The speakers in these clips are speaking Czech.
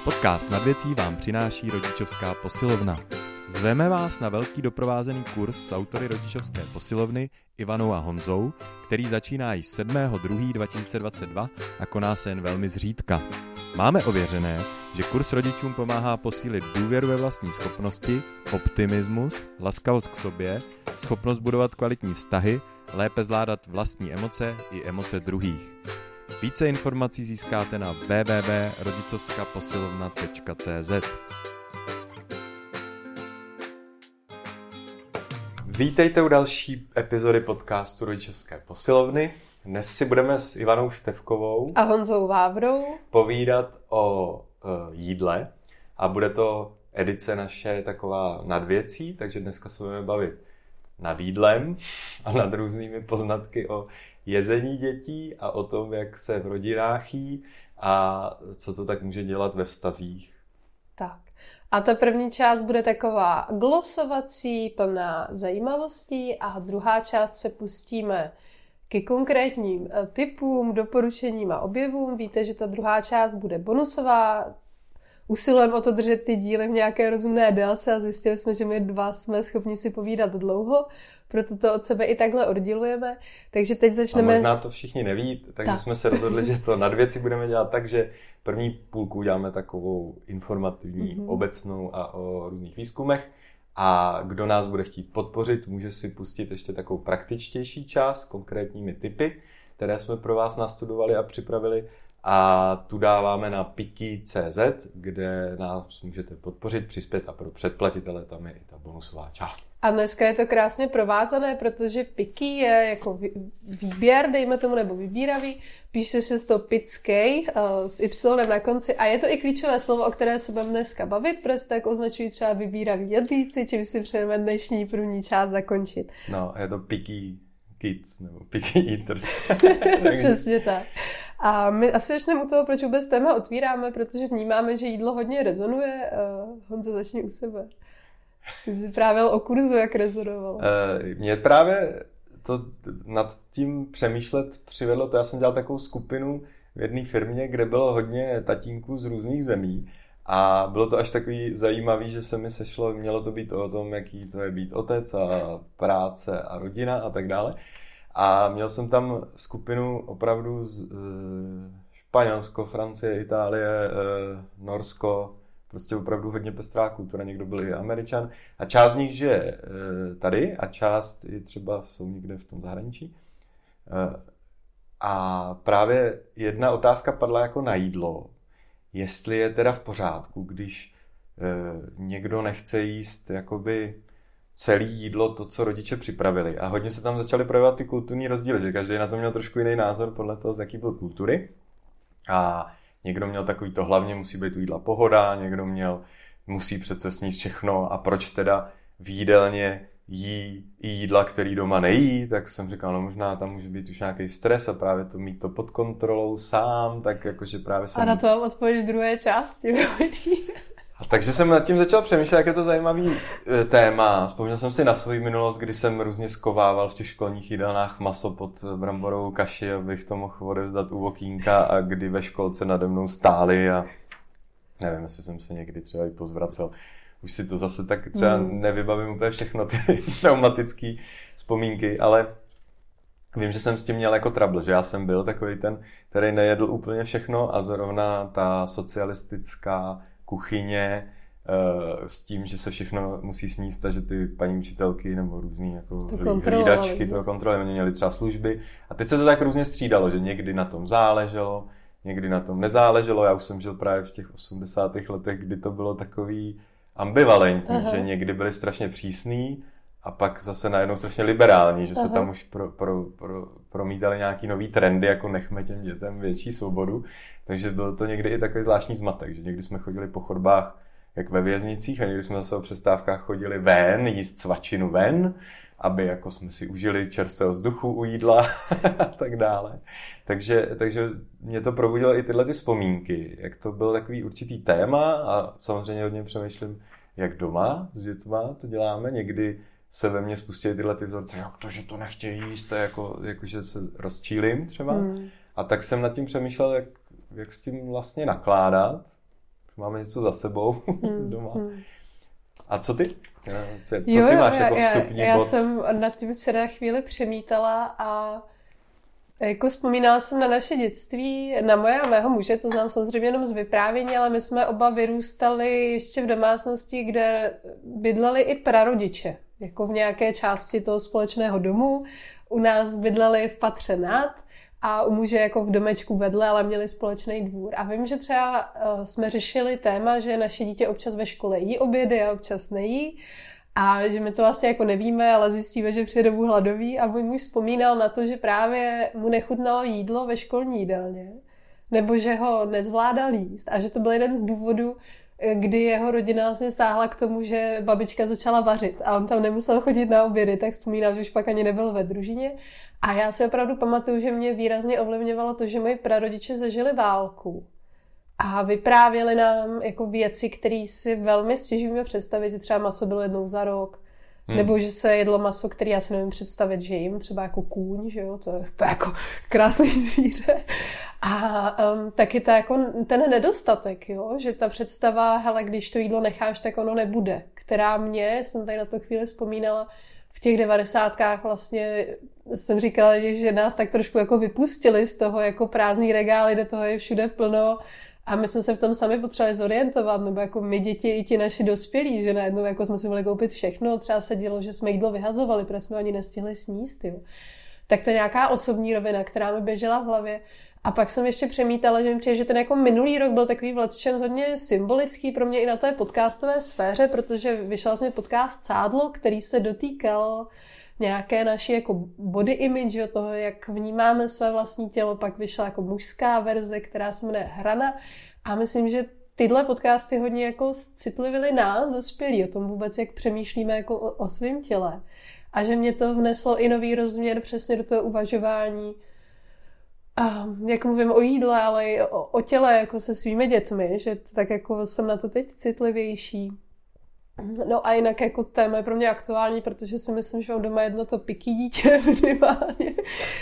Podcast Nad věcí vám přináší Rodičovská posilovna. Zveme vás na velký doprovázený kurz s autory Rodičovské posilovny Ivanou a Honzou, který začíná již 7.2.2022 a koná se jen velmi zřídka. Máme ověřené, že kurz rodičům pomáhá posílit důvěru ve vlastní schopnosti, optimismus, laskavost k sobě, schopnost budovat kvalitní vztahy, lépe zvládat vlastní emoce i emoce druhých. Více informací získáte na www.rodičovskaposilovna.cz. Vítejte u další epizody podcastu Rodičovské posilovny. Dnes si budeme s Ivanou Štefkovou a Honzou Vávrou povídat o jídle a bude to edice naše taková nad věcí, takže dneska se budeme bavit nad jídlem a nad různými poznatky o jezení dětí a o tom, jak se v rodinách jí a co to tak může dělat ve vztazích. Tak. A ta první část bude taková glosovací, plná zajímavostí a druhá část se pustíme ke konkrétním tipům, doporučením a objevům. Víte, že ta druhá část bude bonusová. Usilujeme o to držet ty díly v nějaké rozumné délce a zjistili jsme, že my dva jsme schopni si povídat dlouho, proto to od sebe i takhle oddělujeme. Takže teď začneme... A možná to všichni neví, takže jsme se rozhodli, že to nad věci budeme dělat tak, že první půlku uděláme takovou informativní, obecnou a o různých výzkumech. A kdo nás bude chtít podpořit, může si pustit ještě takovou praktičtější část s konkrétními tipy, které jsme pro vás nastudovali a připravili. A tu dáváme na piky.cz, kde nás můžete podpořit, přispět a pro předplatitele tam je i ta bonusová část. A dneska je to krásně provázané, protože piky je jako výběr, dejme tomu, nebo vybíravý. Píše se to pickej s Y na konci a je to i klíčové slovo, o které se budeme dneska bavit, protože tak označují třeba vybíraví jedlíci, čím si přejeme dnešní první část zakončit. No, je to picky kids, nebo picky eaters. Přesně tak. A my asi začneme u toho, proč vůbec téma otvíráme, protože vnímáme, že jídlo hodně rezonuje. Honzo, začni u sebe. Ty jsi právě o kurzu, jak rezonovalo. Mě právě to nad tím přemýšlet přivedlo to. Já jsem dělal takovou skupinu v jedné firmě, kde bylo hodně tatínků z různých zemí a bylo to až takový zajímavý, že se mi sešlo, mělo to být o tom, jaký to je být otec a práce a rodina a tak dále. A měl jsem tam skupinu opravdu z Španělsko, Francie, Itálie, Norsko, prostě opravdu hodně pestrá kultura, někdo byl i Američan. A část z nich žije tady a část i třeba jsou někde v tom zahraničí. A právě jedna otázka padla jako na jídlo. Jestli je teda v pořádku, když někdo nechce jíst jakoby celé jídlo, to, co rodiče připravili. A hodně se tam začaly projevovat ty kulturní rozdíly, že každý na to měl trošku jiný názor podle toho, z jaký byl kultury. A někdo měl takový to, hlavně musí být u jídla pohoda, někdo měl, musí přece sníst všechno a proč teda v jídelně jí jídla, který doma nejí, tak jsem říkal, no možná tam může být už nějaký stres a právě to mít to pod kontrolou sám, tak jakože právě jsem... A na to mám odpověď v druhé části. A takže jsem nad tím začal přemýšlet, jak je to zajímavý téma. Vzpomněl jsem si na svou minulost, kdy jsem různě skovával v těch školních jídelnách maso pod bramborovou kaši, abych to mohl odevzdat u okýnka a kdy ve školce nade mnou stáli a nevím, jestli jsem se někdy třeba i pozvracel. Už si to zase tak třeba nevybavím úplně všechno ty traumatické vzpomínky, ale vím, že jsem s tím měl jako trouble, že já jsem byl takový ten, který nejedl úplně všechno a zrovna ta socialistická kuchyně s tím, že se všechno musí sníst a že ty paní učitelky nebo různý jako hlídačky to kontrolovali, oni měli třeba služby a teď se to tak různě střídalo, že někdy na tom záleželo, někdy na tom nezáleželo. Já už jsem žil právě v těch 80. letech, kdy to bylo takový ambivalentní, že někdy byli strašně přísný a pak zase najednou strašně liberální, že se tam už promítali nějaký nový trendy, jako nechme těm dětem větší svobodu. Takže byl to někdy i takový zvláštní zmatek, že někdy jsme chodili po chodbách jak ve věznicích a někdy jsme zase o přestávkách chodili ven, jíst svačinu ven, aby jako jsme si užili čerstvého vzduchu u jídla a tak dále. Takže mě to probudilo i tyhle ty vzpomínky, jak to byl takový určitý téma a samozřejmě hodně přemýšlím, jak doma s dětma to děláme. Někdy se ve mně spustí tyhle ty vzorce, jak to, že to nechtějí jíst, jako že se rozčílim třeba. A tak jsem nad tím přemýšlel, jak s tím vlastně nakládat. máme něco za sebou doma. A co ty? Co ty máš jako vstupní bod? Já jsem nad tím včera chvíli přemítala a jako vzpomínala jsem na naše dětství, na moje a mého muže, to znám samozřejmě jenom z vyprávění, ale my jsme oba vyrůstali ještě v domácnosti, kde bydleli i prarodiče, jako v nějaké části toho společného domu. U nás bydleli v patře nad a u muže jako v domečku vedle, ale měli společný dvůr. A vím, že třeba jsme řešili téma, že naše dítě občas ve škole jí obědy a občas nejí. A že my to vlastně jako nevíme, ale zjistíme, že přijde domů hladový. A můj muž vzpomínal na to, že právě mu nechutnalo jídlo ve školní jídelně, nebo že ho nezvládal jíst. A že to byl jeden z důvodů, kdy jeho rodina vlastně sáhla k tomu, že babička začala vařit a on tam nemusel chodit na obědy, tak vzpomínal, že už pak ani nebyl ve družině. A já si opravdu pamatuju, že mě výrazně ovlivňovalo to, že moji prarodiče zažili válku. A vyprávěli nám jako věci, které si velmi stěžujeme představit, že třeba maso bylo jednou za rok, nebo že se jedlo maso, který já si nevím představit, že jim, třeba jako kůň, že jo, to je jako krásný zvíře. A taky ten nedostatek, jo, že ta představa, hele, když to jídlo necháš, tak ono nebude, která mě, jsem tady na to chvíli vzpomínala, v těch 90kách vlastně jsem říkala, že nás tak trošku jako vypustili z toho jako prázdný regály, do toho je všude plno. A my jsme se v tom sami potřebovali zorientovat, nebo jako my děti i ti naši dospělí, že najednou jako jsme si mohli koupit všechno, třeba se dělo, že jsme jídlo vyhazovali, protože jsme ani nestihli sníst. Jo. Tak to je nějaká osobní rovina, která mi běžela v hlavě. A pak jsem ještě přemítala, že mi přijde, že ten jako minulý rok byl takový v lecčem hodně symbolický pro mě i na té podcastové sféře, protože vyšel vlastně podcast Sádlo, který se dotýkal nějaké naší jako body image, toho, jak vnímáme své vlastní tělo, pak vyšla jako mužská verze, která se jmenuje Hrana. A myslím, že tyhle podcasty hodně jako citlivily nás, dospělí, o tom vůbec, jak přemýšlíme jako o svém těle. A že mě to vneslo i nový rozměr přesně do toho uvažování, jak mluvím o jídle, ale i o těle jako se svými dětmi, že tak jako jsem na to teď citlivější. No a jinak jako téma je pro mě aktuální, protože si myslím, že mám doma jedno to piky dítě minimálně.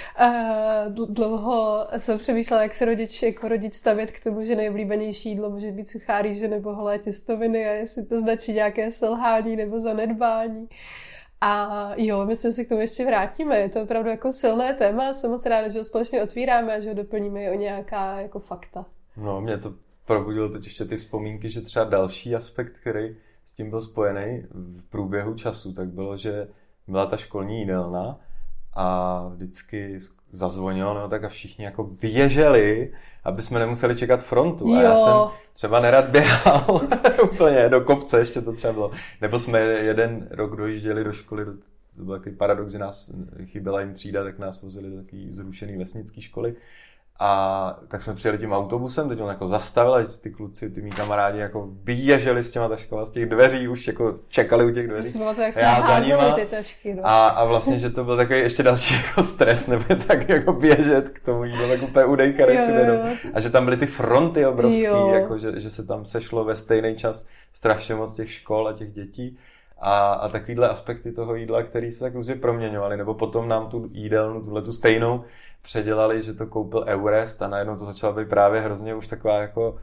Dlouho jsem přemýšlela, jak se rodič stavět k tomu, že nejoblíbenější jídlo může být suchá rýže nebo holé těstoviny a jestli to značí nějaké selhání nebo zanedbání. A jo, myslím si k tomu ještě vrátíme. Je to opravdu jako silné téma. Jsem moc ráda, že ho společně otvíráme a že ho doplníme i o nějaká jako fakta. No, mě to probudilo teď ještě ty vzpomínky, že třeba další aspekt, který s tím byl spojený v průběhu času, tak bylo, že byla ta školní jídelna a vždycky zazvonilo, no tak a všichni jako běželi, aby jsme nemuseli čekat frontu. A já jsem třeba nerad běhal úplně do kopce, ještě to třeba bylo. Nebo jsme jeden rok dojížděli do školy, to byl takový paradox, že nás chyběla jim třída, tak nás vozili do takový zrušený vesnický školy. A tak jsme přijeli tím autobusem, teď on jako zastavil, a ty kluci, ty mý kamarádi jako běželi s těma taškama z těch dveří, už jako čekali u těch dveří. Já za nima ty tašky, no. A vlastně, že to byl takový ještě další jako stres, nebo tak jako běžet k tomu jídlo, tak úplně udejchaný přivedou. A že tam byly ty fronty obrovský, jako že se tam sešlo ve stejný čas strašně moc těch škol a těch dětí. A takovýhle aspekty toho jídla, který se tak různě proměňovaly, nebo potom nám tu jídelnu, tuhletu stejnou, předělali, že to koupil Eurest a najednou to začalo být právě hrozně už taková jako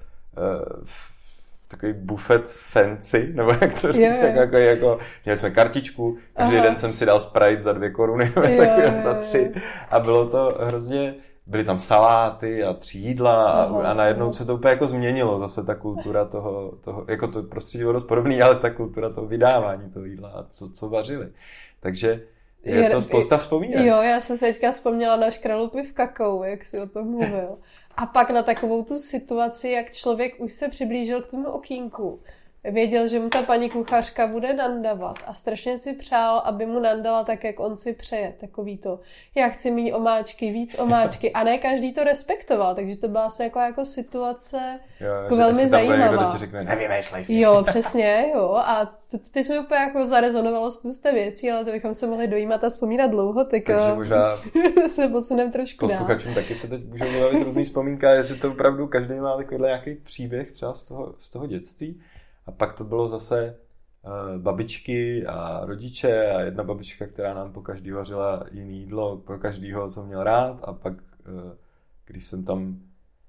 takový buffet fancy, nebo jak to říct, jako měli jsme kartičku, každý den jsem si dal Sprite za 2 koruny, za 3 a bylo to hrozně, byly tam saláty a 3 jídla a najednou se to úplně jako změnilo zase ta kultura toho jako to prostředí bylo dost podobný, ale ta kultura toho vydávání toho jídla a co vařili. Takže je to spousta vzpomínek. Jo, já jsem se teďka vzpomněla na škralupy v kakao, jak jsi o tom mluvil. A pak na takovou tu situaci, jak člověk už se přiblížil k tomu okýnku. Věděl, že mu ta paní kuchařka bude nandavat a strašně si přál, aby mu nandala tak, jak on si přeje. Takový to, já chci mít omáčky, víc omáčky. A ne každý to respektoval, takže to byla asi jako situace jako velmi zajímavá. Někdo ti řekne, nevymýšlej si. Jo, přesně, jo. A teď jsme úplně jako zarezonovalo spousta věcí, ale to bychom se mohli dojímat a vzpomínat dlouho, tak takže možná se posuneme trošku dál. Posluchačům taky se teď můžou bavit různý vzpomínka, že to opravdu každý má takovýhle nějaký příběh třeba z toho dětství. A pak to bylo zase babičky a rodiče a jedna babička, která nám po každý vařila jiný jídlo pro každýho, co měl rád. A pak, když jsem tam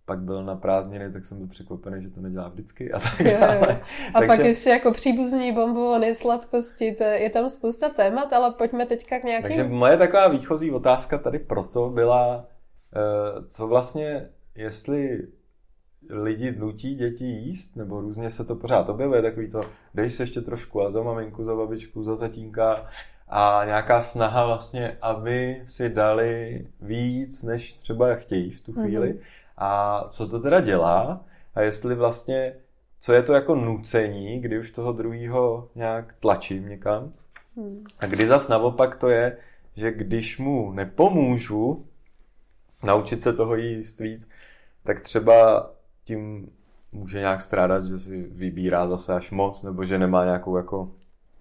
pak byl na prázdniny, tak jsem byl překvapený, že to nedělá vždycky a tak dále. Jo. A pak ještě jako příbuzní bonbony, sladkosti, je tam spousta témat, ale pojďme teďka k nějakým... Takže moje taková výchozí otázka tady proto byla, co vlastně, jestli lidi nutí děti jíst, nebo různě se to pořád objevuje, takový to, dej si ještě trošku a za maminku, za babičku, za tatínka a nějaká snaha vlastně, aby si dali víc, než třeba chtějí v tu chvíli. A co to teda dělá a jestli vlastně, co je to jako nucení, kdy už toho druhýho nějak tlačím někam a kdy zas naopak to je, že když mu nepomůžu naučit se toho jíst víc, tak třeba tím může nějak strádat, že si vybírá zase až moc, nebo že nemá nějakou jako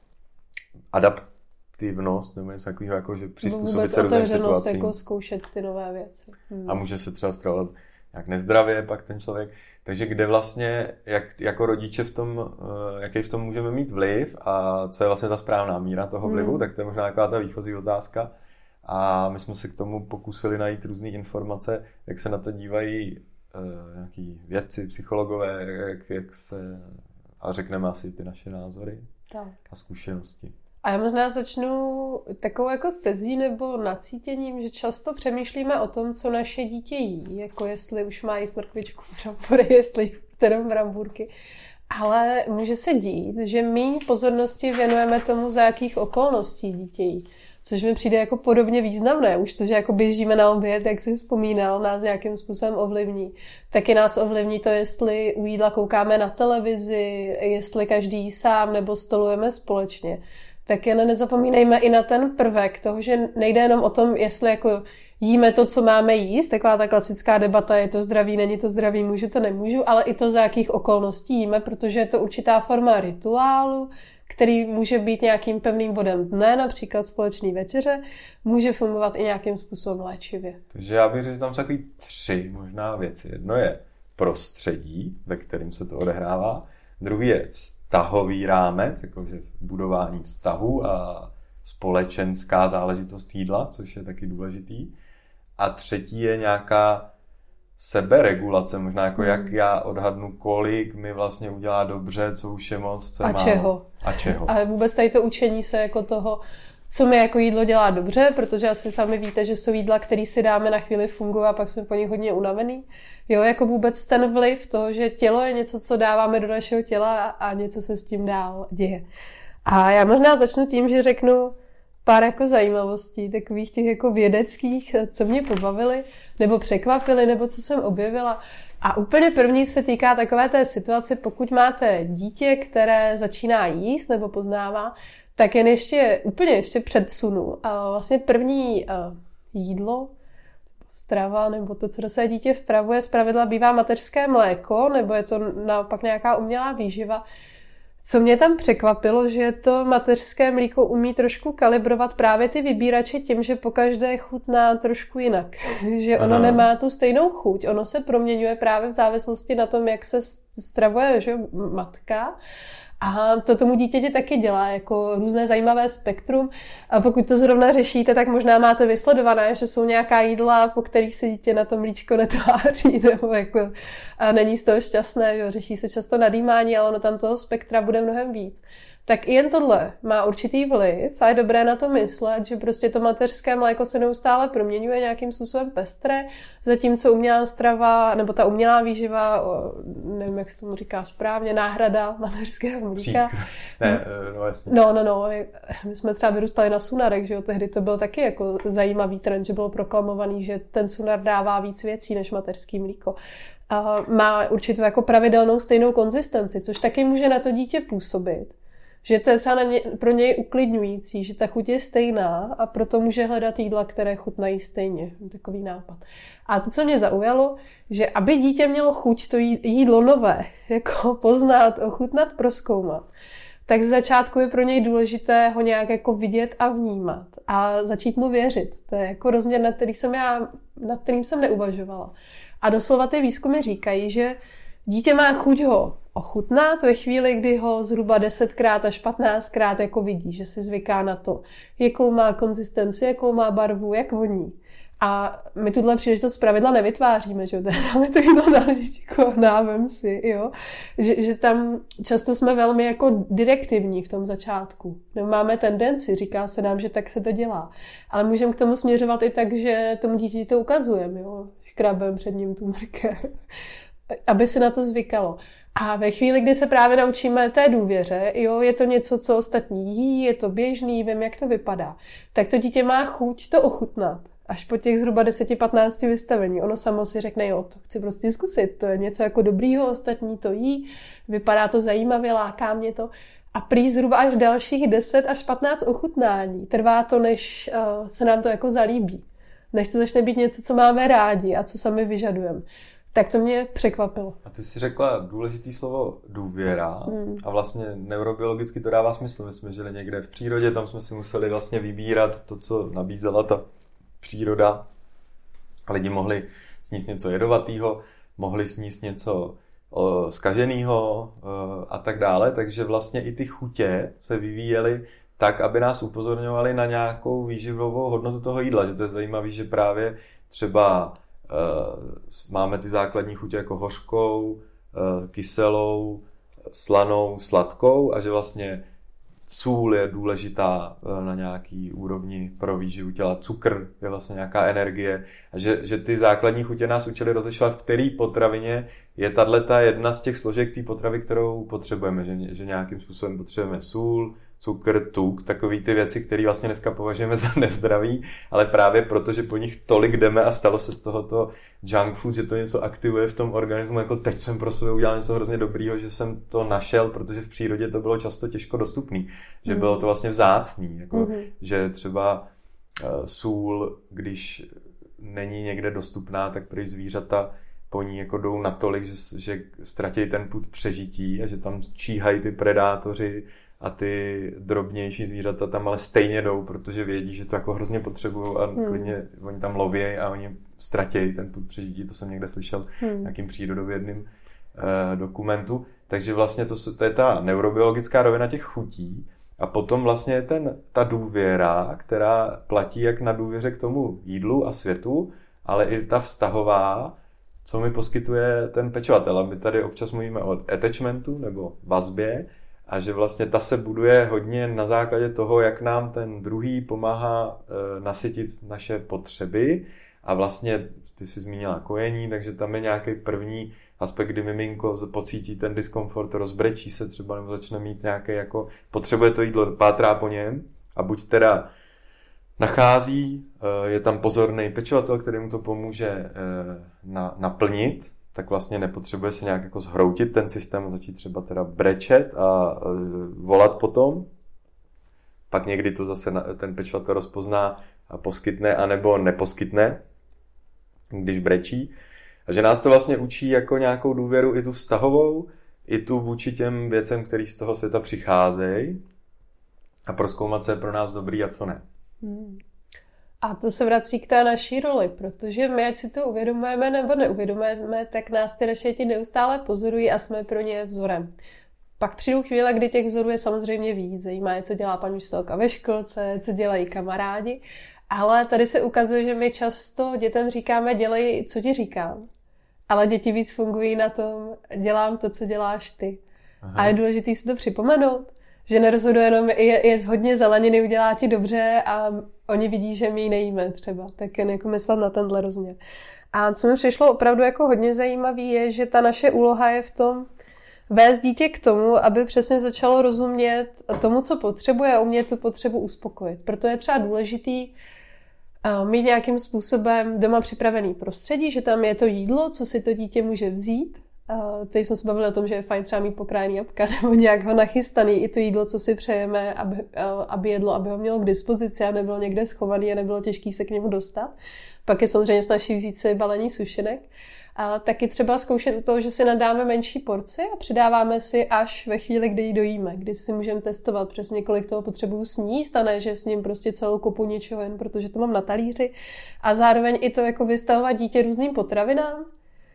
adaptivnost, nebo něco takového, jako že přizpůsobit se různým situacím. Jako zkoušet ty nové věci. A může se třeba stravovat nějak nezdravě pak ten člověk. Takže kde vlastně, jak jako rodiče v tom, jaký v tom můžeme mít vliv a co je vlastně ta správná míra toho vlivu, tak to je možná taková ta výchozí otázka. A my jsme se k tomu pokusili najít různé informace, jak se na to dívají nějaký vědci, psychologové, jak se, a řekneme asi ty naše názory a zkušenosti. A já možná začnu takovou jako tezí nebo nacítěním, že často přemýšlíme o tom, co naše dítě jí, jako jestli už má jíst mrkvičku, brambory, jestli jenom brambůrky. Ale může se dít, že méně pozornosti věnujeme tomu, za jakých okolností dítě jí. Což mi přijde jako podobně významné. Už to, že jako běžíme na oběd, jak jsi vzpomínal, nás nějakým způsobem ovlivní. Taky nás ovlivní to, jestli u jídla koukáme na televizi, jestli každý jí sám nebo stolujeme společně. Tak jen nezapomínejme i na ten prvek toho, že nejde jenom o tom, jestli jako jíme to, co máme jíst, taková ta klasická debata, je to zdravý, není to zdravý, můžu to, nemůžu, ale i to, za jakých okolností jíme, protože je to určitá forma rituálu, který může být nějakým pevným bodem dne, například společný večeře, může fungovat i nějakým způsobem léčivě. Takže já bych řekl, že tam jsou takový 3 možná věci. Jedno je prostředí, ve kterém se to odehrává. Druhý je vztahový rámec, jakože budování vztahu a společenská záležitost jídla, což je taky důležitý. A třetí je nějaká seberegulace, možná jako jak já odhadnu, kolik mi vlastně udělá dobře, co už je moc, co je málo. Čeho. A čeho. Ale vůbec tady to učení se jako toho, co mi jako jídlo dělá dobře, protože asi sami víte, že jsou jídla, které si dáme na chvíli funguje a pak jsme po nich hodně unavený. Jo, jako vůbec ten vliv toho, že tělo je něco, co dáváme do našeho těla a něco se s tím dál děje. A já možná začnu tím, že řeknu pár jako zajímavostí, takových těch jako vědeckých, co mě pobavily, nebo překvapily, nebo co jsem objevila. A úplně první se týká takové té situace, pokud máte dítě, které začíná jíst nebo poznává, tak jen ještě před sunu. A vlastně první jídlo, strava nebo to, co do své dítě vpravuje, zpravidla bývá mateřské mléko, nebo je to naopak nějaká umělá výživa. Co mě tam překvapilo, že to mateřské mlíko umí trošku kalibrovat právě ty vybírače tím, že pokaždé chutná trošku jinak. Že ono nemá tu stejnou chuť. Ono se proměňuje právě v závislosti na tom, jak se stravuje, že, matka. A to tomu dítěti taky dělá jako různé zajímavé spektrum. A pokud to zrovna řešíte, tak možná máte vysledované, že jsou nějaká jídla, po kterých se dítě na to mlíčko netváří, nebo jako a není z toho šťastné, že řeší se často nadýmání, ale ono tam toho spektra bude mnohem víc. Tak i jen tohle má určitý vliv a je dobré na to myslet, že prostě to mateřské mléko se neustále proměňuje nějakým způsobem pestré, zatímco umělá strava, nebo ta umělá výživa, nevím, jak se tomu říká správně, náhrada mateřského mlíka. No jasně. No, my jsme třeba vyrůstali na sunarech, že jo, tehdy to byl taky jako zajímavý trend, že bylo proklamovaný, že ten sunar dává víc věcí než mateřský mlíko. Má určitou jako pravidelnou stejnou konzistenci, což taky může na to dítě působit. Že to je třeba pro něj uklidňující, že ta chuť je stejná a proto může hledat jídla, které chutnají stejně. Takový nápad. A to, co mě zaujalo, že aby dítě mělo chuť to jídlo nové, jako poznat, ochutnat, prozkoumat, tak z začátku je pro něj důležité ho nějak jako vidět a vnímat a začít mu věřit. To je jako rozměr, nad kterým jsem neuvažovala. A doslova ty výzkumy říkají, že dítě má chuť ho ochutnat ve chvíli, kdy ho zhruba 10krát až 15krát jako vidí, že si zvyká na to, jakou má konzistenci, jakou má barvu, jak voní. A my tuhle příležitost zpravidla nevytváříme, že jo, dáme to jídlo na lžičku, návem si, jo, že tam často jsme velmi jako direktivní v tom začátku. Nebo máme tendenci, říká se nám, že tak se to dělá. Ale můžeme k tomu směřovat i tak, že tomu dítěti to ukazujeme, jo, škrabem před ním tu mrkev, aby se na to zvykalo. A ve chvíli, kdy se právě naučíme té důvěře, jo, je to něco, co ostatní jí, je to běžný, vím, jak to vypadá, tak to dítě má chuť to ochutnat. Až po těch zhruba 10-15 vystavení. Ono samo si řekne, jo, to chci prostě zkusit, to je něco jako dobrýho, ostatní to jí, vypadá to zajímavě, láká mě to. A prý zhruba až dalších 10 až 15 ochutnání. Trvá to, než se nám to jako zalíbí. Než to začne být něco, co máme rádi a co sami vyžadujeme. Tak to mě překvapilo. A ty jsi řekla důležitý slovo důvěra a vlastně neurobiologicky to dává smysl. My jsme žili někde v přírodě, tam jsme si museli vlastně vybírat to, co nabízela ta příroda. Lidi mohli sníst něco jedovatého, mohli sníst něco zkaženého a tak dále, takže vlastně i ty chutě se vyvíjely tak, aby nás upozorňovaly na nějakou výživovou hodnotu toho jídla. Že to je zajímavé, že právě třeba máme ty základní chutě jako hořkou, kyselou, slanou, sladkou a že vlastně sůl je důležitá na nějaký úrovni pro výživu těla, cukr je vlastně nějaká energie a že ty základní chutě nás učili rozlišovat, v který potravině je tato jedna z těch složek té potravy, kterou potřebujeme, že nějakým způsobem potřebujeme sůl, cukr, tuk, takový ty věci, které vlastně dneska považujeme za nezdravý, ale právě proto, že po nich tolik jdeme a stalo se z tohoto junk food, že to něco aktivuje v tom organismu, jako teď jsem pro sebe udělal něco hrozně dobrýho, že jsem to našel, protože v přírodě to bylo často těžko dostupný, že bylo to vlastně vzácný, jako, že třeba sůl, když není někde dostupná, tak prý zvířata po ní jako jdou natolik, že ztratí ten pud přežití a že tam číhají ty predátoři a ty drobnější zvířata tam ale stejně jdou, protože vědí, že to jako hrozně potřebují a klidně oni tam loví a oni ztratějí ten pud přežití, to jsem někde slyšel v nějakým přírodovědným dokumentu. Takže vlastně to je ta neurobiologická rovina těch chutí a potom vlastně je ta důvěra, která platí jak na důvěře k tomu jídlu a světu, ale i ta vztahová, co mi poskytuje ten pečovatel. A my tady občas mluvíme o attachmentu nebo vazbě, a že vlastně ta se buduje hodně na základě toho, jak nám ten druhý pomáhá nasytit naše potřeby. A vlastně, ty jsi zmínila kojení, takže tam je nějaký první aspekt, kdy miminko pocítí ten diskomfort, rozbrečí se třeba, nebo začne mít nějaké, jako potřebuje to jídlo, pátrá po něm a buď teda nachází, je tam pozorný pečovatel, který mu to pomůže naplnit, tak vlastně nepotřebuje se nějak jako zhroutit ten systém a začít třeba teda brečet a volat potom. Pak někdy to zase ten pečovatel rozpozná a poskytne, anebo neposkytne, když brečí. A že nás to vlastně učí jako nějakou důvěru i tu vztahovou, i tu vůči těm věcem, které z toho světa přicházejí a prozkoumat, co je pro nás dobrý a co ne. A to se vrací k té naší roli, protože my, ať si to uvědomujeme nebo neuvědomujeme, tak nás ty naše děti neustále pozorují a jsme pro ně vzorem. Pak přijdou chvíle, kdy těch vzorů je samozřejmě víc. Zajímá je, co dělá paní učitelka ve školce, co dělají kamarádi. Ale tady se ukazuje, že my často dětem říkáme, dělej, co ti říkám. Ale děti víc fungují na tom, dělám to, co děláš ty. Aha. A je důležité si to připomenout, že nerozhoduje jenom, je hodně zeleniny, udělá ti dobře a oni vidí, že my ji nejíme třeba. Tak jen jako myslet na tenhle rozměr. A co mi přišlo opravdu jako hodně zajímavý, je, že ta naše úloha je v tom vést dítě k tomu, aby přesně začalo rozumět tomu, co potřebuje a umět tu potřebu uspokojit. Proto je třeba důležitý mít nějakým způsobem doma připravený prostředí, že tam je to jídlo, co si to dítě může vzít. Teď jsme se bavili o tom, že je fajn třeba mít pokrájený jabka nebo nějak ho nachystaný, i to jídlo, co si přejeme, aby jedlo, aby ho mělo k dispozici a nebylo někde schovaný a nebylo těžké se k němu dostat. Pak je samozřejmě snaží vzít si balení sušenek. A taky třeba zkoušet u toho, že si nadáme menší porci a přidáváme si až ve chvíli, kdy ji dojíme, kdy si můžeme testovat přesně, kolik toho potřebuju sníst a ne, že s ním prostě celou kopu něčeho jen, protože to mám na talíři. A zároveň i to jako vystavovat dítě různým potravinám,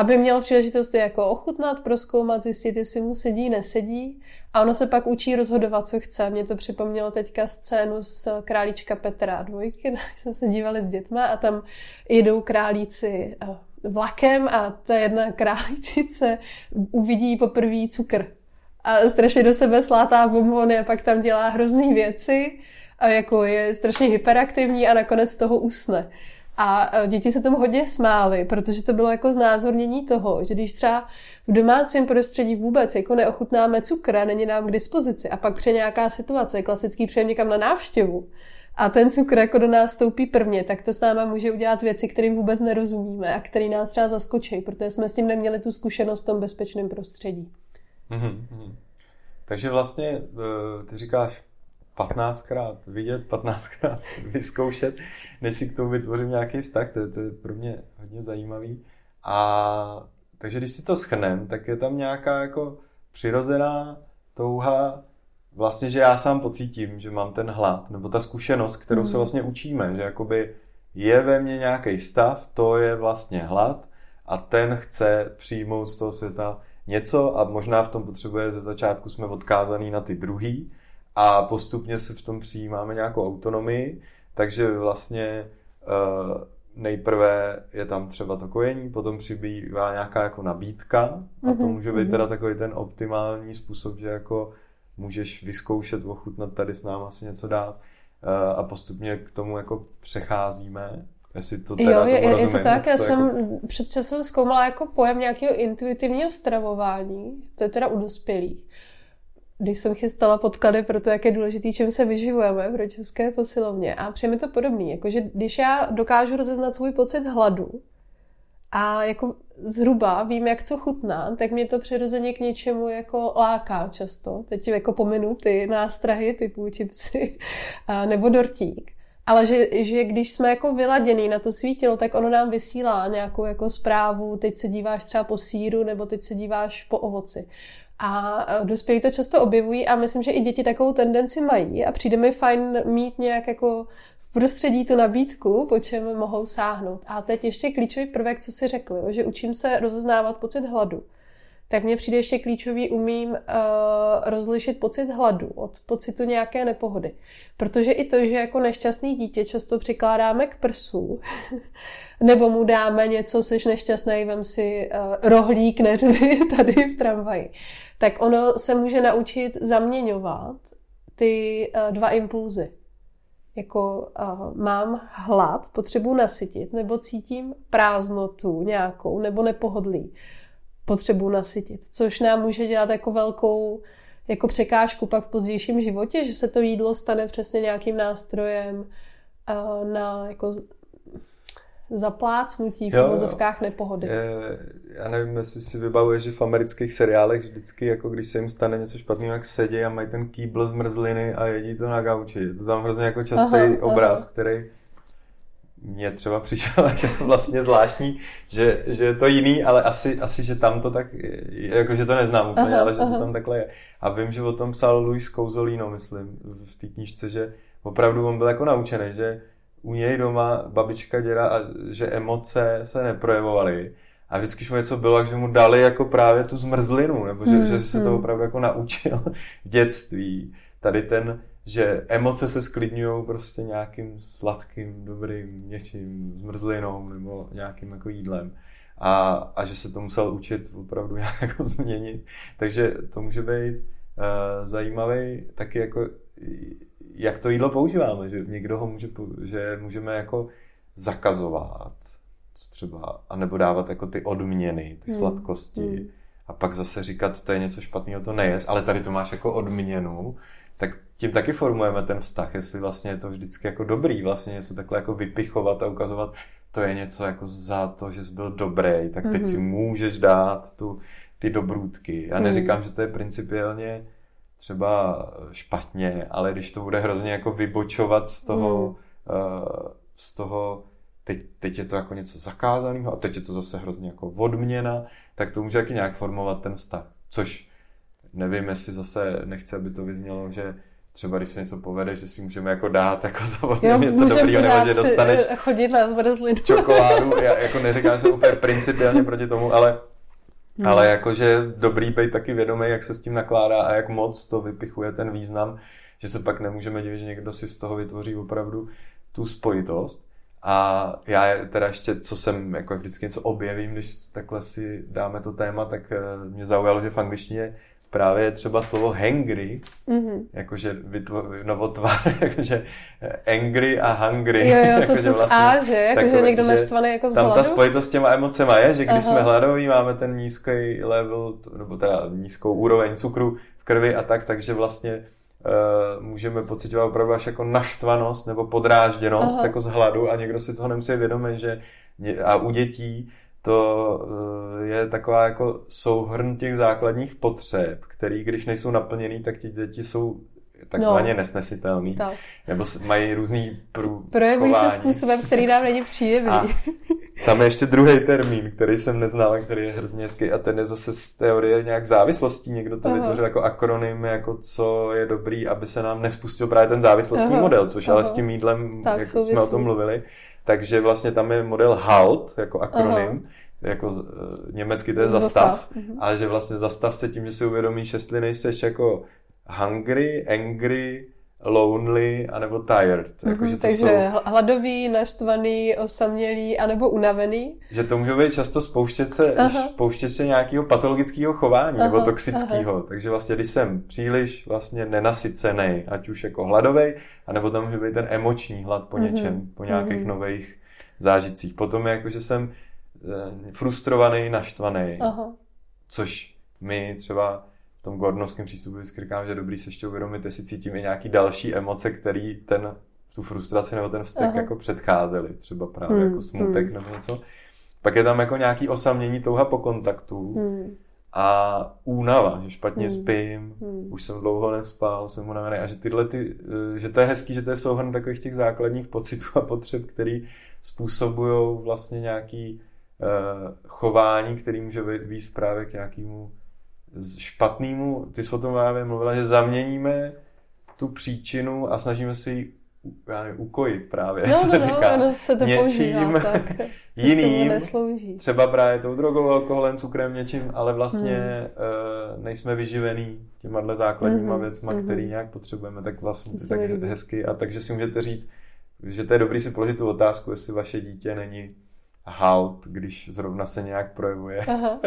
aby měl příležitost jako ochutnat, prozkoumat, zjistit, jestli mu sedí, nesedí. A ono se pak učí rozhodovat, co chce. Mě to připomnělo teďka scénu z Králíčka Petra 2, když jsme se dívali s dětma a tam jedou králíci vlakem a ta jedna králíčice uvidí poprvé cukr. A strašně do sebe slátá bonbony a pak tam dělá hrozný věci a jako je strašně hyperaktivní a nakonec z toho usne. A děti se tomu hodně smály, protože to bylo jako znázornění toho, že když třeba v domácím prostředí vůbec jako neochutnáme cukr a není nám k dispozici a pak přijde nějaká situace, klasický přijem někam na návštěvu a ten cukr jako do nás vstoupí prvně, tak to s náma může udělat věci, kterým vůbec nerozumíme a které nás třeba zaskočí, protože jsme s tím neměli tu zkušenost v tom bezpečném prostředí. Takže vlastně ty říkáš 15krát vidět, 15krát vyzkoušet, než si k tomu vytvořím nějaký vztah, to je pro mě hodně zajímavý. A takže když si to shrnem, tak je tam nějaká jako přirozená touha, vlastně, že já sám pocítím, že mám ten hlad, nebo ta zkušenost, kterou se vlastně učíme, že jakoby je ve mně nějaký stav, to je vlastně hlad a ten chce přijmout z toho světa něco a možná v tom potřebuje, ze začátku jsme odkázaný na ty druhý a postupně se v tom přijímáme nějakou autonomii, takže vlastně nejprve je tam třeba to kojení, potom přibývá nějaká jako nabídka a to může být teda takový ten optimální způsob, že jako můžeš vyzkoušet, ochutnat, tady s náma si něco dát a postupně k tomu jako přecházíme. Jestli to teda jo, tomu rozumím. Je to tak, já to jsem jako... předtím jsem zkoumala jako pojem nějakého intuitivního stravování, to je teda u dospělých. Když jsem chystala podklady pro to, jak je důležitý, čím se vyživujeme v rodičovské posilovně. A přijde mi to podobný, jakože když já dokážu rozeznat svůj pocit hladu a jako zhruba vím, jak co chutná, tak mě to přirozeně k něčemu jako láká často. Teď jako pominu ty nástrahy typu chipsy nebo dortík. Ale že když jsme jako vyladěný na to svítilo, tak ono nám vysílá nějakou jako zprávu, teď se díváš třeba po sýru nebo teď se díváš po ovoci. A dospělí to často objevují a myslím, že i děti takovou tendenci mají a přijde mi fajn mít nějak jako v prostředí tu nabídku, po čem mohou sáhnout. A teď ještě klíčový prvek, co si řekli, že učím se rozeznávat pocit hladu. Tak mně přijde ještě klíčový, umím rozlišit pocit hladu od pocitu nějaké nepohody. Protože i to, že jako nešťastný dítě často přikládáme k prsu, nebo mu dáme něco, seš nešťastný, vem si rohlík, neřvi tady v tramvaji, tak ono se může naučit zaměňovat ty dva impulzy. Jako mám hlad, potřebuji nasytit, nebo cítím prázdnotu nějakou, nebo nepohodlí. Potřebu nasytit, což nám může dělat jako velkou jako překážku pak v pozdějším životě, že se to jídlo stane přesně nějakým nástrojem na jako zaplácnutí v uvozovkách nepohody. Já nevím, jestli si vybavuješ, že v amerických seriálech vždycky, jako když se jim stane něco špatného, jak sedí a mají ten kýbl zmrzliny a jedí to na gauči. Je to tam hrozně jako častý obraz, který mně třeba přišel jako vlastně zvláštní, že je to jiný, ale asi že tam to tak, jako že to neznám úplně, ale že to tam takhle je. A vím, že o tom psal Luis Couzolino, myslím, v té knížce, že opravdu on byl jako naučený, že u něj doma babička, děda a že emoce se neprojevovaly. A vždycky, když mu něco bylo, že mu dali jako právě tu zmrzlinu, nebo že se to opravdu jako naučil v dětství. Tady ten, že emoce se sklidňují prostě nějakým sladkým, dobrým něčím, zmrzlinou nebo nějakým jako jídlem. A že se to musel učit opravdu nějak jako změnit. Takže to může být zajímavý taky jako, jak to jídlo používáme, že někdo ho že můžeme jako zakazovat třeba, anebo dávat jako ty odměny, ty sladkosti a pak zase říkat, to je něco špatného, to nejest, ale tady to máš jako odměnu, tak tím taky formujeme ten vztah, jestli vlastně je to vždycky jako dobrý, vlastně něco takhle jako vypichovat a ukazovat, to je něco jako za to, že jsi byl dobrý, tak teď si můžeš dát ty dobrůdky. Já neříkám, že to je principiálně třeba špatně, ale když to bude hrozně jako vybočovat z toho teď je to jako něco zakázaného a teď je to zase hrozně jako odměna, tak to může taky nějak formovat ten vztah. Což nevím, jestli zase nechci, aby to vyznělo, že třeba když se něco povede, že si můžeme jako dát jako zavodit něco dobrýho, nebo že dostaneš chodit na zmrzlinu. Čokoládu. Já jako neříkám, že jsem úplně principiálně proti tomu, ale jakože dobrý být taky vědomý, jak se s tím nakládá a jak moc to vypichuje ten význam, že se pak nemůžeme divit, že někdo si z toho vytvoří opravdu tu spojitost. A já teda ještě, co jsem jako vždycky něco objevím, když takhle si dáme to téma, tak mě zaujalo, že v angličtině právě třeba slovo hangry, jakože novotvar, jakože angry a hungry. Jo, jakože to vlastně, A, že? Jakože někdo naštvaný jako z hladu. Tam ta spojitost s těma emocema je, že když jsme hladoví, máme ten nízký level, nebo teda nízkou úroveň cukru v krvi a takže vlastně můžeme pocitovat opravdu až jako naštvanost nebo podrážděnost jako z hladu a někdo si toho nemusí vědomit, že a u dětí to je taková jako souhrn těch základních potřeb, který když nejsou naplněný, tak ti děti jsou takzvaně nesnesitelný. Tak. Nebo mají různý projevují se způsobem, který nám není příjemný. A tam je ještě druhý termín, který jsem neznal, který je hrozně hezký a ten je zase z teorie nějak závislostí. Někdo to vytvořil jako akronym, jako co je dobrý, aby se nám nespustil právě ten závislostní model, což ale s tím jídlem, jak jsme o tom mluvili, takže vlastně tam je model HALT jako akronym, jako německy to je zastav, ale že vlastně zastav se tím, že si uvědomíš, jestli nejseš jako hungry, angry, lonely anebo tired. Že to takže jsou hladový, naštvaný, osamělý anebo unavený. Že to může být často spouštět se nějakého patologického chování nebo toxického. Takže vlastně, když jsem příliš vlastně nenasycený, ať už jako hladovej, anebo tam může být ten emoční hlad po něčem, po nějakých nových zážitcích. Potom je jako, že jsem frustrovaný, naštvaný, což my třeba v tom gordonovském přístupu vždycky říkám, že je dobrý se ještě uvědomit, jestli cítím i nějaký další emoce, který tu frustraci nebo ten vztek jako předcházely. Třeba právě jako smutek nebo něco. Pak je tam jako nějaký osamění, touha po kontaktu a únava, že špatně spím, už jsem dlouho nespal, jsem unavený a že že to je hezký, že to je souhrn takových těch základních pocitů a potřeb, který způsobují vlastně nějaký chování, který může vést právě k nějakému špatnému, ty jsi o tom právě mluvila, že zaměníme tu příčinu a snažíme se ji ukojit právě, se to něčím jiným, třeba právě tou drogou, alkoholem, cukrem, něčím, ale vlastně nejsme vyživený těma základníma věcma, který nějak potřebujeme, tak vlastně tak hezky a takže si můžete říct, že to je dobrý si položit tu otázku, jestli vaše dítě není halt, když zrovna se nějak projevuje.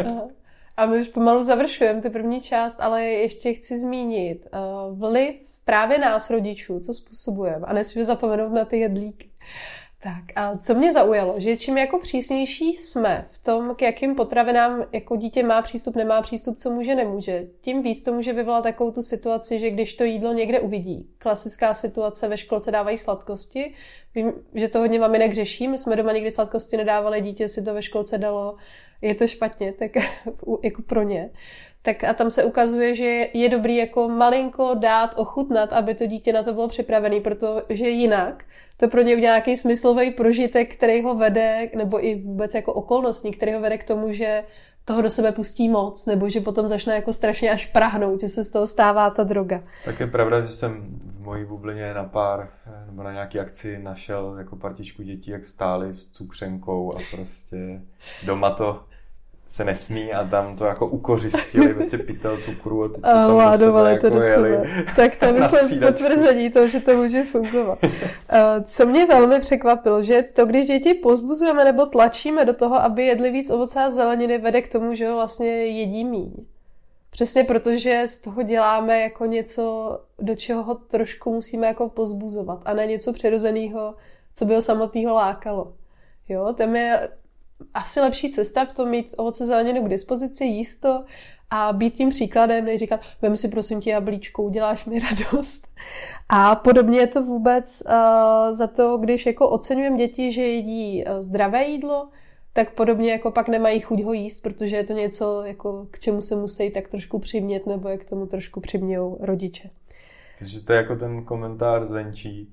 A my už pomalu završujeme ty první část, ale ještě chci zmínit vliv právě nás, rodičů, co způsobujeme. A nesmíme zapomenout na ty jedlíky. Tak a co mě zaujalo, že čím jako přísnější jsme v tom, k jakým potravinám jako dítě má přístup, nemá přístup, co může, nemůže, tím víc to může vyvolat takovou tu situaci, že když to jídlo někde uvidí. Klasická situace, ve školce dávají sladkosti. Vím, že to hodně maminek řeší. My jsme doma nikdy sladkosti nedávali, dítě si to ve školce dalo. Je to špatně, tak jako pro ně. Tak a tam se ukazuje, že je dobrý jako malinko dát, ochutnat, aby to dítě na to bylo připravené, protože jinak to pro ně nějaký smyslový prožitek, který ho vede, nebo i vůbec jako okolnostní, který ho vede k tomu, že toho do sebe pustí moc, nebo že potom začne jako strašně až prahnout, že se z toho stává ta droga. Tak je pravda, že jsem v mojí bublině nebo na nějaký akci našel jako partičku dětí, jak stáli s cukřenkou a prostě doma to se nesmí a tam to jako ukořistili, prostě pytel cukru a teď to tam do sebe jako jeli. Tak to myslím potvrzení toho, že to může fungovat. Co mě velmi překvapilo, že to, když děti povzbuzujeme nebo tlačíme do toho, aby jedli víc ovoce a zeleniny, vede k tomu, že ho vlastně jedí míň. Přesně protože z toho děláme jako něco, do čeho ho trošku musíme jako povzbuzovat a ne něco přirozeného, co by ho samotného lákalo. Jo, tam je asi lepší cesta v tom mít ovoce zeleninu k dispozici, jíst to a být tím příkladem, než říkat, vem si prosím tě jablíčko, uděláš mi radost. A podobně je to vůbec za to, když jako oceňujeme děti, že jedí zdravé jídlo, tak podobně jako pak nemají chuť ho jíst, protože je to něco, jako k čemu se musí tak trošku přimět, nebo jak k tomu trošku přimějou rodiče. Takže to je jako ten komentář zvenčí.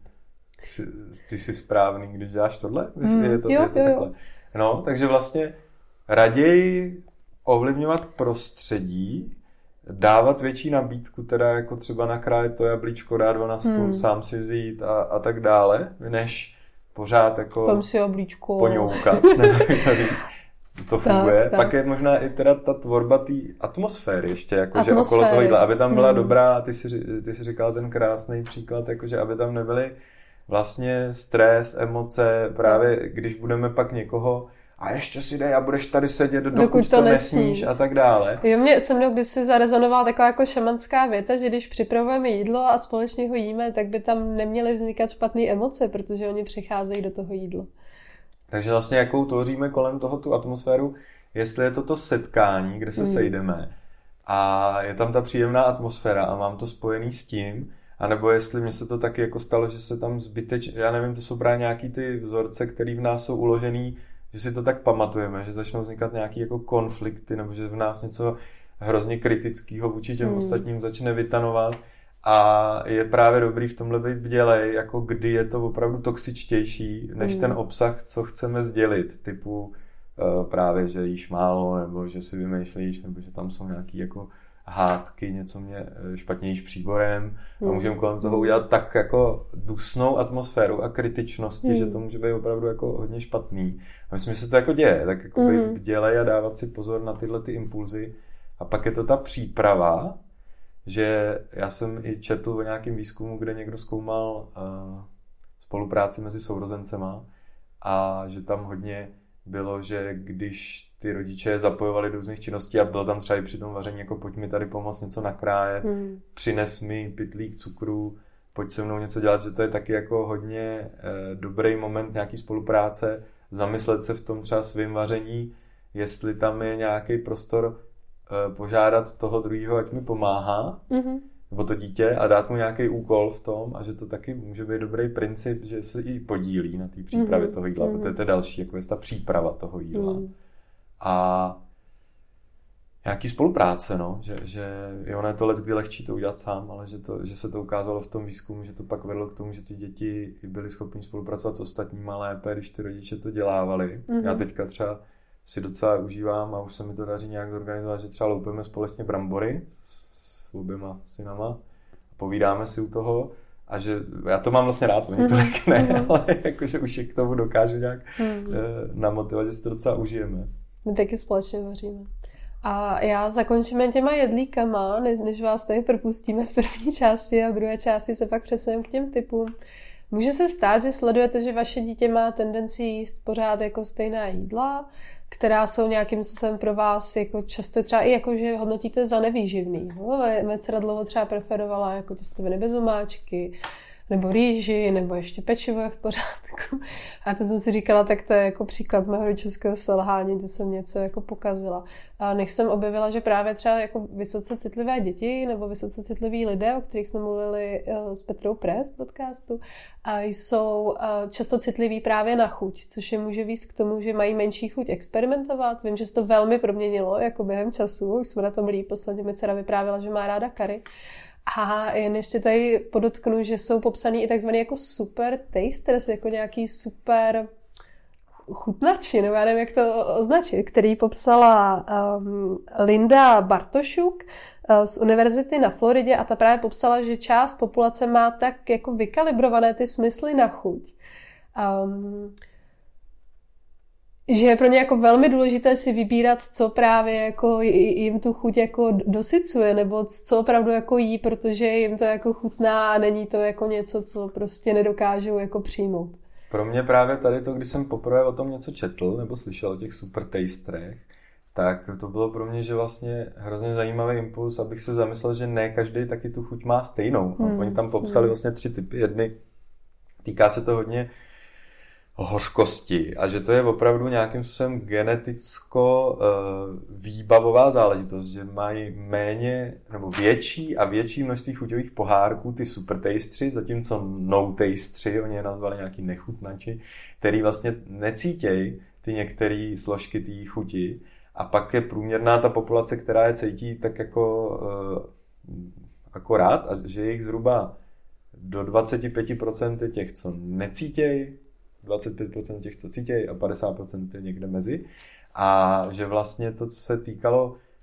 Ty jsi správný, když děláš tohle? Je to takhle. No, takže vlastně raději ovlivňovat prostředí, dávat větší nabídku, teda jako třeba nakrájet to jablíčko, dát ho na stůl, sám si vzít a tak dále, než pořád jako poňoukat, to funguje. Tak. Pak je možná i teda ta tvorba té atmosféry ještě, jakože okolo toho jídla, aby tam byla dobrá, ty jsi říkala ten krásný příklad, jakože aby tam nebyly vlastně stres, emoce, právě když budeme pak někoho a ještě si dej a budeš tady sedět, dokud to nesníš a tak dále. Jo, mě se mnou kdysi zarezonovala taková jako šamanská věta, že když připravujeme jídlo a společně ho jíme, tak by tam neměly vznikat špatné emoce, protože oni přicházejí do toho jídla. Takže vlastně jakou tvoříme kolem toho tu atmosféru, jestli je to setkání, kde se sejdeme a je tam ta příjemná atmosféra a mám to spojený s tím, anebo jestli mně se to taky jako stalo, že se tam já nevím, to jsou právě nějaký ty vzorce, které v nás jsou uložený, že si to tak pamatujeme, že začnou vznikat nějaký jako konflikty, nebo že v nás něco hrozně kritického vůči těm ostatním začne vytanovat a je právě dobrý v tomhle být bdělej, jako kdy je to opravdu toxičtější, než ten obsah, co chceme sdělit, typu právě, že jíš málo, nebo že si vymýšlíš, nebo že tam jsou nějaký jako hádky, něco mě špatně jíš příborem a můžeme kolem toho udělat tak jako dusnou atmosféru a kritičnosti, že to může být opravdu jako hodně špatný. A myslím, že se to jako děje, tak jako být bdělej a dávat si pozor na tyhle ty impulzy. A pak je to ta příprava, že já jsem i četl o nějakém výzkumu, kde někdo zkoumal spolupráci mezi sourozencema a že tam hodně bylo, že když ty rodiče je zapojovali do různých činností a bylo tam třeba i při tom vaření, jako pojď mi tady pomoct něco nakrájet, přines mi pytlík cukru, pojď se mnou něco dělat, že to je taky jako hodně dobrý moment nějaký spolupráce, zamyslet se v tom třeba svým vaření, jestli tam je nějaký prostor požádat toho druhého, ať mi pomáhá, nebo to dítě a dát mu nějaký úkol v tom a že to taky může být dobrý princip, že se i podílí na té přípravě toho jídla, protože to je další, jako je ta příprava toho jídla. A nějaký spolupráce, no, že ono je to leckdy lehčí to udělat sám, ale že se to ukázalo v tom výzkumu, že to pak vedlo k tomu, že ty děti byly schopny spolupracovat s ostatníma lépe, když ty rodiče to dělávali. Já teďka třeba si docela užívám a už se mi to daří nějak zorganizovat, že třeba loupeme společně brambory s oběma synama a povídáme si u toho a že já to mám vlastně rád, oni to tak ne, ale jakože už je k tomu dokážu nějak namotivovat, že si to docela užijeme. My taky společně vaříme. A já zakončíme těma jedlíkama, než vás tady propustíme z první části a v druhé části se pak přesuneme k těm typům. Může se stát, že sledujete, že vaše dítě má tendenci jíst pořád jako stejná jídla, která jsou nějakým způsobem pro vás jako často třeba i jako, že hodnotíte za nevýživný. Moje dcera dlouho třeba preferovala jako těstoviny bez omáčky, nebo rýži, nebo ještě pečivo je v pořádku. A to jsem si říkala, tak to je jako příklad mého rodičovského selhání, kde jsem něco jako pokazila. A než jsem objevila, že právě třeba jako vysoce citlivé děti nebo vysoce citliví lidé, o kterých jsme mluvili s Petrou Press v podcastu, a jsou často citliví právě na chuť, což je může vést k tomu, že mají menší chuť experimentovat. Vím, že se to velmi proměnilo jako během času, už jsme na tom líp. Posledně mi dcera vyprávěla, že má ráda curry. A jen ještě tady podotknu, že jsou popsaný i takzvaný jako super tasters, jako nějaký super chutnači, nebo já nevím, jak to označit, který popsala Linda Bartošuk z univerzity na Floridě a ta právě popsala, že část populace má tak jako vykalibrované ty smysly na chuť. Že je pro ně jako velmi důležité si vybírat, co právě jako jim tu chuť jako dosycuje, nebo co opravdu jako jí, protože jim to jako chutná a není to jako něco, co prostě nedokážou jako přijmout. Pro mě právě tady to, když jsem poprvé o tom něco četl nebo slyšel o těch super tasterech, tak to bylo pro mě, že vlastně hrozně zajímavý impuls, abych se zamyslel, že ne každý taky tu chuť má stejnou. Oni tam popsali vlastně 3 typy. Jedny týká se to hodně hořkosti a že to je opravdu nějakým způsobem geneticko výbavová záležitost, že mají méně nebo větší a větší množství chuťových pohárků ty super tastři, zatímco no tastři, oni je nazvali nějaký nechutnači, který vlastně necítějí ty některé složky té chuti a pak je průměrná ta populace, která je cítí tak jako akorát a že je jich zhruba do 25% těch, co necítějí, 25% těch, co cítějí a 50% je někde mezi. A že vlastně to se týkalo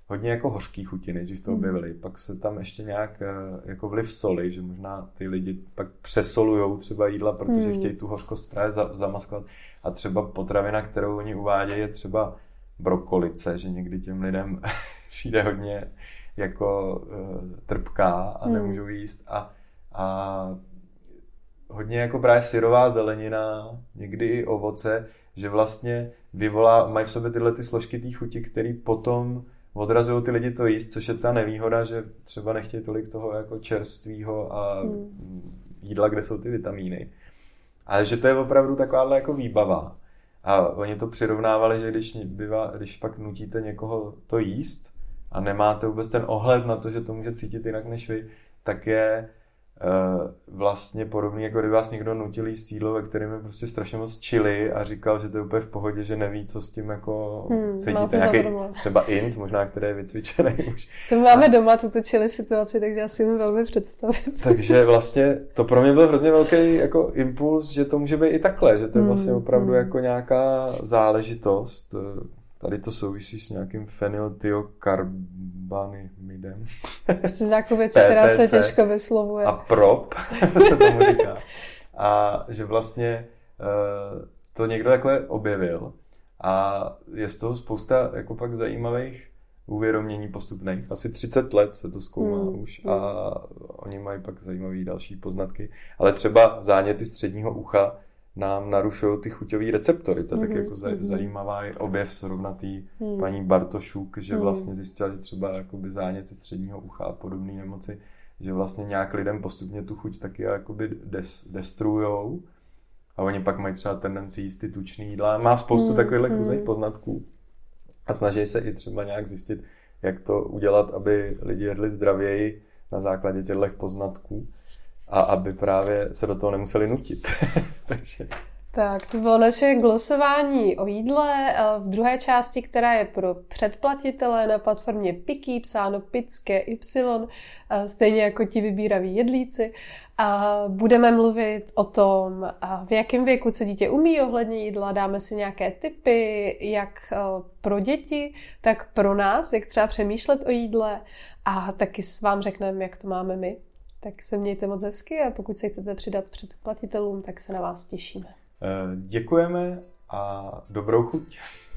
hodně jako hořký chuti, než to objevili. Pak se tam ještě nějak jako vliv soli, že možná ty lidi pak přesolujou třeba jídla, protože chtějí tu hořkost právě zamaskovat. A třeba potravina, kterou oni uvádějí, je třeba brokolice, že někdy těm lidem přijde hodně jako trpká a nemůžou jíst. A hodně jako právě syrová zelenina, někdy i ovoce, že vlastně mají v sobě tyhle ty složky té chuti, které potom odrazují ty lidi to jíst, což je ta nevýhoda, že třeba nechtějí tolik toho jako čerstvého a jídla, kde jsou ty vitamíny. Ale že to je opravdu takováhle jako výbava. A oni to přirovnávali, že když pak nutíte někoho to jíst a nemáte vůbec ten ohled na to, že to může cítit jinak než vy, tak je vlastně podobný, jako kdyby vás někdo nutil jíst jídlo, ve kterém je prostě strašně moc chili a říkal, že to je úplně v pohodě, že neví, co s tím jako cítíte. Nějaký třeba int, možná, který je vycvičený už. To máme doma, tuto chili situaci, takže já si mi velmi představit. Takže vlastně to pro mě byl hrozně velký jako impuls, že to může být i takhle, že to je vlastně opravdu jako nějaká záležitost. Tady to souvisí s nějakým fenyltiokarbanimidem. Prostě nějakou věc, která se těžko vyslovuje. A prop se tomu říká. A že vlastně to někdo takhle objevil a je z toho spousta jako pak zajímavých uvědomění postupných. Asi 30 let se to zkoumá už a oni mají pak zajímavé další poznatky. Ale třeba záněty středního ucha nám narušují ty chuťové receptory. To je tak jako zajímavá objev srovnatý paní Bartošuk, že vlastně zjistila, že třeba jakoby záněty středního ucha a podobné nemoci, že vlastně nějak lidem postupně tu chuť taky jakoby destruujou a oni pak mají třeba tendenci jíst ty tučný jídla. Má spoustu takových různých poznatků a snaží se i třeba nějak zjistit, jak to udělat, aby lidi jedli zdravěji na základě těchto poznatků. A aby právě se do toho nemuseli nutit. Takže. Tak, to bylo naše glosování o jídle. V druhé části, která je pro předplatitele na platformě Piky, psáno Pické Y, stejně jako ti vybíraví jedlíci. A budeme mluvit o tom, v jakém věku co dítě umí ohledně jídla. Dáme si nějaké tipy, jak pro děti, tak pro nás, jak třeba přemýšlet o jídle. A taky vám řekneme, jak to máme my. Tak se mějte moc hezky a pokud se chcete přidat předplatitelům, tak se na vás těšíme. Děkujeme a dobrou chuť.